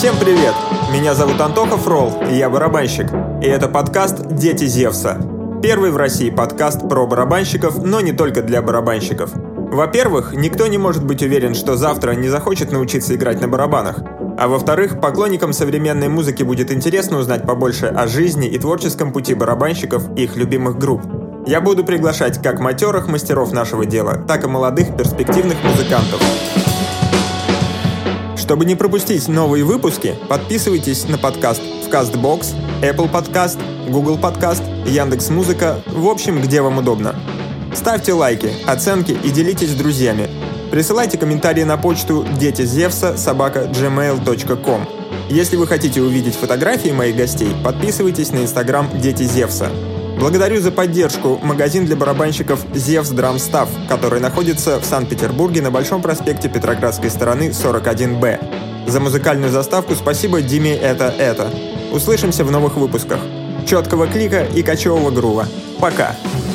Всем привет! Меня зовут Антоха Фрол, и я барабанщик. И это подкаст «Дети Зевса». Первый в России подкаст про барабанщиков, но не только для барабанщиков. Во-первых, никто не может быть уверен, что завтра не захочет научиться играть на барабанах. А во-вторых, поклонникам современной музыки будет интересно узнать побольше о жизни и творческом пути барабанщиков и их любимых групп. Я буду приглашать как матерых мастеров нашего дела, так и молодых перспективных музыкантов. Чтобы не пропустить новые выпуски, подписывайтесь на подкаст в CastBox, Apple Podcast, Google Podcast, Яндекс.Музыка, в общем, где вам удобно. Ставьте лайки, оценки и делитесь с друзьями. Присылайте комментарии на почту детизевса@gmail.com. Если вы хотите увидеть фотографии моих гостей, подписывайтесь на Instagram Дети Зевса. Благодарю за поддержку магазин для барабанщиков Зевс Drum Stuff, который находится в Санкт-Петербурге на Большом проспекте Петроградской стороны 41Б. За музыкальную заставку спасибо Диме Это. Услышимся в новых выпусках. Четкого клика и кочевого грува. Пока!